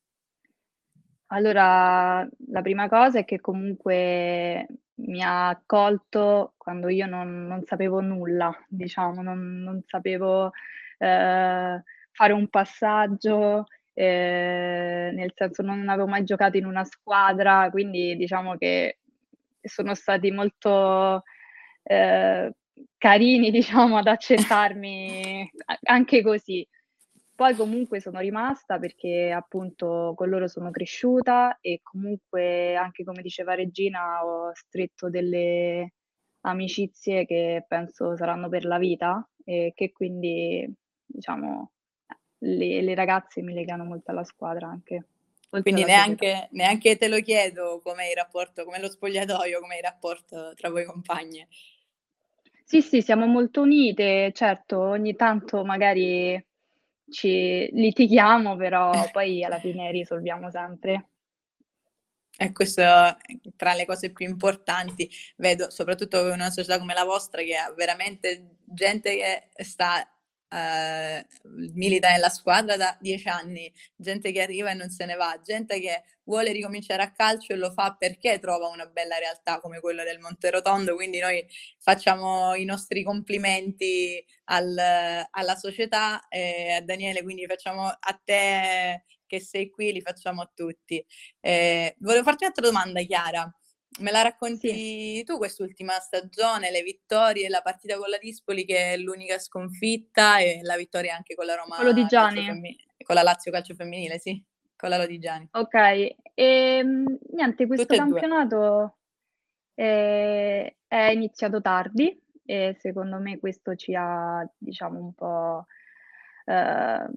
Allora, la prima cosa è che comunque mi ha accolto quando io non, non sapevo nulla, diciamo, non, non sapevo eh, fare un passaggio, eh, nel senso non avevo mai giocato in una squadra, quindi diciamo che sono stati molto eh, carini, diciamo, ad accettarmi a- anche così. Poi comunque sono rimasta perché appunto con loro sono cresciuta e comunque anche come diceva Regina ho stretto delle amicizie che penso saranno per la vita e che quindi diciamo le, le ragazze mi legano molto alla squadra anche, oltre Quindi alla società. neanche, neanche te lo chiedo com'è il rapporto, com'è lo spogliatoio, com'è il rapporto tra voi compagne. Sì, sì, siamo molto unite, certo, ogni tanto magari ci litighiamo, però poi alla fine risolviamo sempre. E questo è tra le cose più importanti, vedo soprattutto in una società come la vostra che ha veramente gente che sta, eh, milita nella squadra da dieci anni, gente che arriva e non se ne va, gente che vuole ricominciare a calcio e lo fa perché trova una bella realtà come quella del Monterotondo, quindi noi facciamo i nostri complimenti al- alla società e a Daniele, quindi facciamo a te che sei qui, li facciamo a tutti. Eh, volevo farti un'altra domanda, Chiara. Me la Sì, racconti tu quest'ultima stagione, le vittorie, la partita con la Dispoli che è l'unica sconfitta e la vittoria anche con la quello di Roma calcio Gianni. femminile, con la Lazio calcio femminile, sì, con la Lodigiani. Ok, e niente, questo Tutte e due. campionato eh, è iniziato tardi e secondo me questo ci ha, diciamo, un po' ehm,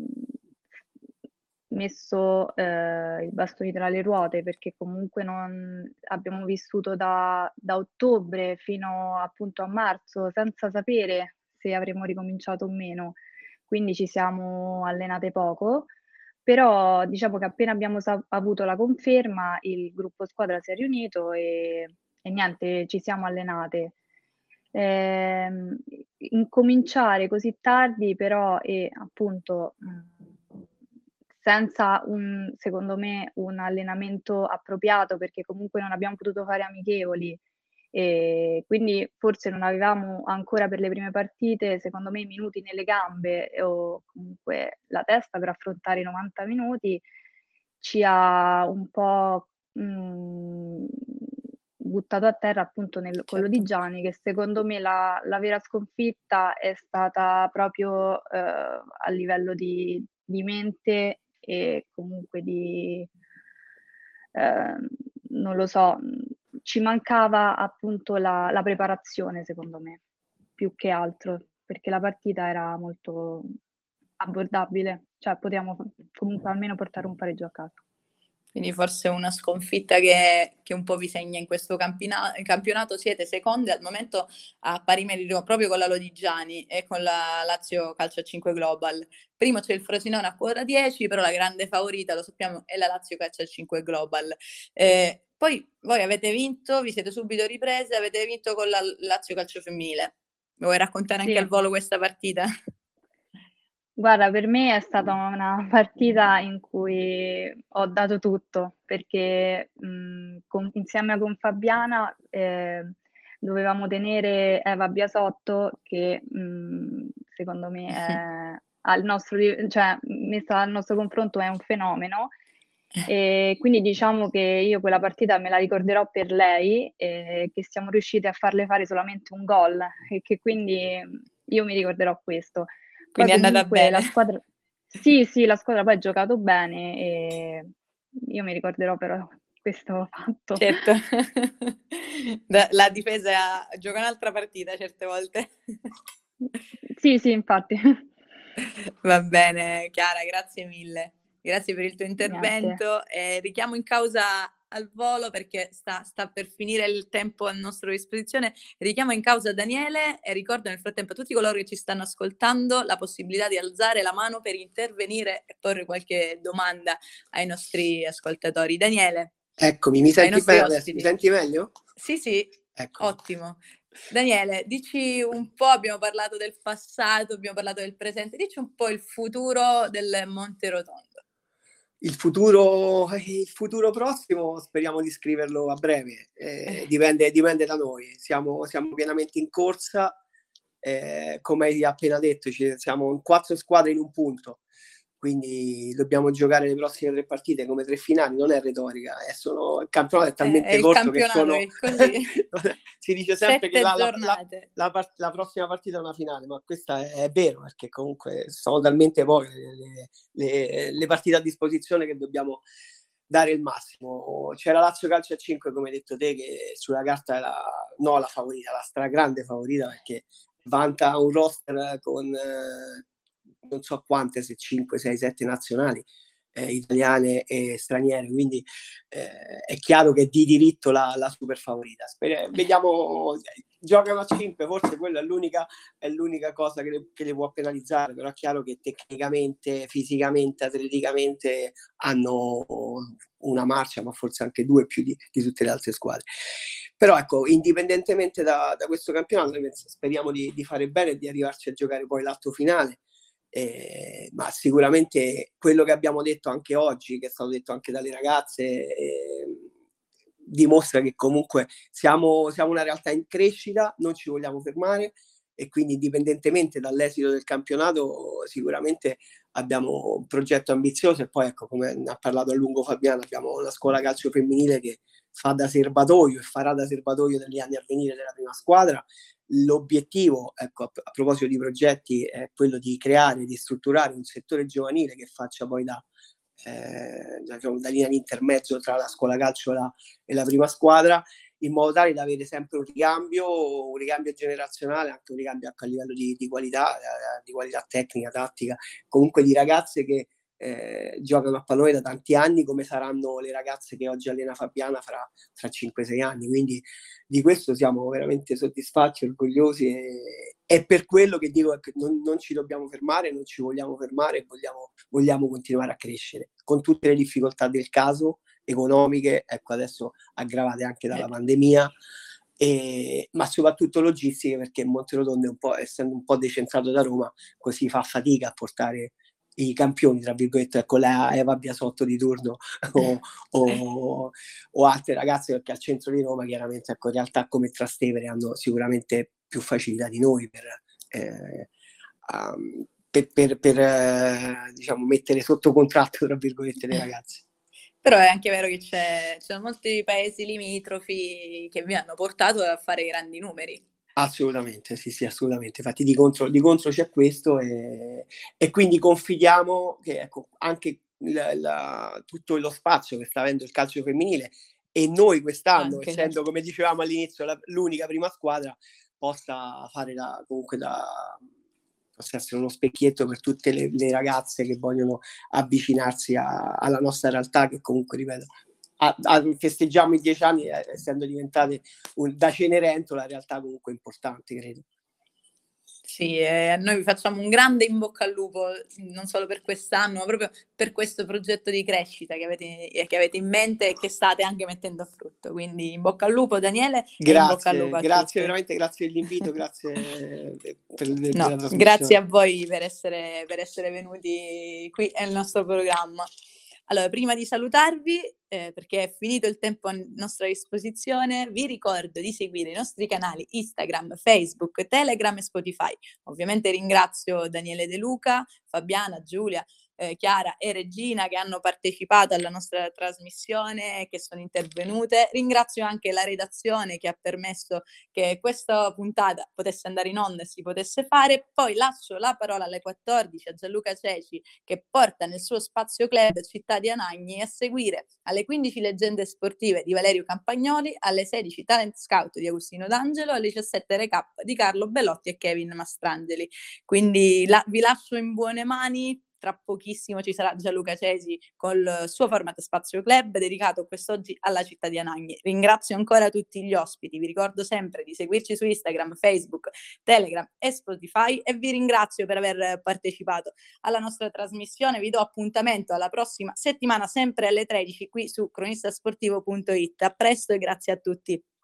messo eh, i bastoni tra le ruote perché comunque non abbiamo vissuto da, da ottobre fino appunto a marzo senza sapere se avremmo ricominciato o meno, quindi ci siamo allenate poco. Però diciamo che appena abbiamo sa- avuto la conferma, il gruppo squadra si è riunito e, e niente, ci siamo allenate. Ehm, incominciare così tardi, però, e appunto mh, senza un, secondo me, un allenamento appropriato, perché comunque non abbiamo potuto fare amichevoli e quindi forse non avevamo ancora per le prime partite, secondo me, i minuti nelle gambe o comunque la testa per affrontare i novanta minuti, ci ha un po' mh, buttato a terra appunto nel, con Certo. Lodigiani, che secondo me la, la vera sconfitta è stata proprio eh, a livello di, di mente e comunque di, eh, non lo so, ci mancava appunto la, la preparazione, secondo me, più che altro, perché la partita era molto abbordabile, cioè potevamo comunque almeno portare un pareggio a casa. Quindi forse una sconfitta che, che un po' vi segna in questo campina- campionato. Siete seconde al momento a pari merito proprio con la Lodigiani e con la Lazio Calcio a cinque Global. Primo c'è il Frosinone a quota dieci, però la grande favorita, lo sappiamo, è la Lazio Calcio a cinque Global. Eh, poi voi avete vinto, vi siete subito riprese, avete vinto con la Lazio Calcio Femminile. Mi vuoi raccontare anche Sì. al volo questa partita? Guarda, per me è stata una partita in cui ho dato tutto, perché mh, con- insieme con Fabiana eh, dovevamo tenere Eva Biasotto, che mh, secondo me è al nostro, ri- cioè, messa al nostro confronto è un fenomeno, E quindi diciamo che io quella partita me la ricorderò per lei, e che siamo riusciti a farle fare solamente un gol e che quindi io mi ricorderò questo. Poi Quindi è andata comunque la bene. squadra, sì, sì, la squadra poi ha giocato bene e io mi ricorderò però questo fatto. Certo, Da- la difesa gioca un'altra partita certe volte. Sì, sì, infatti. Va bene, Chiara, grazie mille. Grazie per il tuo Niente. intervento. Eh, richiamo in causa al volo perché sta, sta per finire il tempo a nostra disposizione. Richiamo in causa Daniele e ricordo nel frattempo a tutti coloro che ci stanno ascoltando la possibilità di alzare la mano per intervenire e porre qualche domanda ai nostri ascoltatori. Daniele. Eccomi, mi senti bene adesso? Ospiti. Mi senti meglio? Sì, sì, Eccomi. Ottimo. Daniele, dici un po', abbiamo parlato del passato, abbiamo parlato del presente, dici un po' il futuro del Monterotondo. Il futuro, il futuro prossimo speriamo di scriverlo a breve, eh, dipende, dipende da noi, siamo, siamo pienamente in corsa, eh, come hai appena detto, ci, siamo in quattro squadre in un punto, quindi dobbiamo giocare le prossime tre partite come tre finali, non è retorica, è solo, il campionato è talmente eh, corto che sono... È così. si dice sempre Sette che la, la, la, la, part- la prossima partita è una finale, ma questa è, è vero, perché comunque sono talmente poche le, le, le partite a disposizione che dobbiamo dare il massimo. C'era Lazio Calcio a cinque, come hai detto te, che sulla carta è la, no, la favorita, la stragrande favorita, perché vanta un roster con eh, non so quante, se cinque, sei, sette nazionali eh, italiane e straniere, quindi eh, è chiaro che di diritto la, la super favorita. Speriamo, vediamo, giocano a cinque, forse quella è l'unica, è l'unica cosa che le, che le può penalizzare, però è chiaro che tecnicamente, fisicamente, atleticamente hanno una marcia, ma forse anche due più di, di tutte le altre squadre. Però ecco, indipendentemente da, da questo campionato, speriamo di, di fare bene e di arrivarci a giocare poi l'atto finale. Eh, ma sicuramente quello che abbiamo detto anche oggi, che è stato detto anche dalle ragazze, eh, dimostra che comunque siamo, siamo una realtà in crescita, non ci vogliamo fermare e quindi indipendentemente dall'esito del campionato sicuramente abbiamo un progetto ambizioso e poi ecco, come ha parlato a lungo Fabiano, abbiamo una scuola calcio femminile che fa da serbatoio e farà da serbatoio negli anni a venire della prima squadra. L'obiettivo, ecco, a, a proposito di progetti, è quello di creare, di strutturare un settore giovanile che faccia poi da, eh, diciamo, da linea di intermezzo tra la scuola calcio e la, e la prima squadra, in modo tale da avere sempre un ricambio, un ricambio generazionale, anche un ricambio anche a livello di, di qualità, di qualità tecnica, tattica, comunque di ragazze che eh, giocano a pallone da tanti anni, come saranno le ragazze che oggi allena Fabiana fra, fra cinque sei anni, quindi di questo siamo veramente soddisfatti, orgogliosi e, e per quello che dico è che non, non ci dobbiamo fermare, non ci vogliamo fermare, vogliamo, vogliamo continuare a crescere con tutte le difficoltà del caso economiche, ecco adesso aggravate anche dalla pandemia, e, ma soprattutto logistiche, perché Monterotondo è un po', essendo un po' decentrato da Roma, così fa fatica a portare i campioni, tra virgolette, ecco la Eva Biasotto di turno o, o, o altre ragazze, perché al centro di Roma chiaramente, ecco, in realtà come Trastevere hanno sicuramente più facilità di noi per, eh, um, per, per, per eh, diciamo, mettere sotto contratto, tra virgolette, le ragazze. Però è anche vero che c'è, ci sono molti paesi limitrofi che vi hanno portato a fare grandi numeri. Assolutamente, sì, sì, assolutamente. Infatti di contro, di contro c'è questo e, e quindi confidiamo che ecco, anche la, la, tutto lo spazio che sta avendo il calcio femminile e noi quest'anno, Anche, essendo, certo, come dicevamo all'inizio, la, l'unica prima squadra, possa fare da, comunque da, possa essere uno specchietto per tutte le, le ragazze che vogliono avvicinarsi a, alla nostra realtà, che comunque, ripeto, A, a, festeggiamo i dieci anni eh, essendo diventate un, da Cenerentola in realtà comunque importante, credo. Sì, eh, noi vi facciamo un grande in bocca al lupo, non solo per quest'anno, ma proprio per questo progetto di crescita che avete, che avete in mente e che state anche mettendo a frutto. Quindi in bocca al lupo, Daniele, grazie, e in bocca al lupo a grazie tutti. Veramente, grazie dell'invito, grazie per, per, per no, la trasmissione. Grazie a voi per essere, per essere venuti qui al nostro programma. Allora, prima di salutarvi, eh, perché è finito il tempo a nostra disposizione, vi ricordo di seguire i nostri canali Instagram, Facebook, Telegram e Spotify. Ovviamente ringrazio Daniele De Luca, Fabiana, Giulia, eh, Chiara e Regina che hanno partecipato alla nostra trasmissione e che sono intervenute. Ringrazio anche la redazione che ha permesso che questa puntata potesse andare in onda e si potesse fare. Poi lascio la parola alle quattordici a Gianluca Ceci che porta nel suo spazio club Città di Anagni, e a seguire alle quindici leggende sportive di Valerio Campagnoli, alle sedici Talent Scout di Agostino D'Angelo, alle diciassette Recap di Carlo Bellotti e Kevin Mastrangeli. Quindi la, vi lascio in buone mani. Tra pochissimo ci sarà Gianluca Cesi col suo format Spazio Club dedicato quest'oggi alla città di Anagni. Ringrazio ancora tutti gli ospiti, vi ricordo sempre di seguirci su Instagram, Facebook, Telegram e Spotify, e vi ringrazio per aver partecipato alla nostra trasmissione. Vi do appuntamento alla prossima settimana sempre alle tredici qui su cronistasportivo punto it. A presto e grazie a tutti.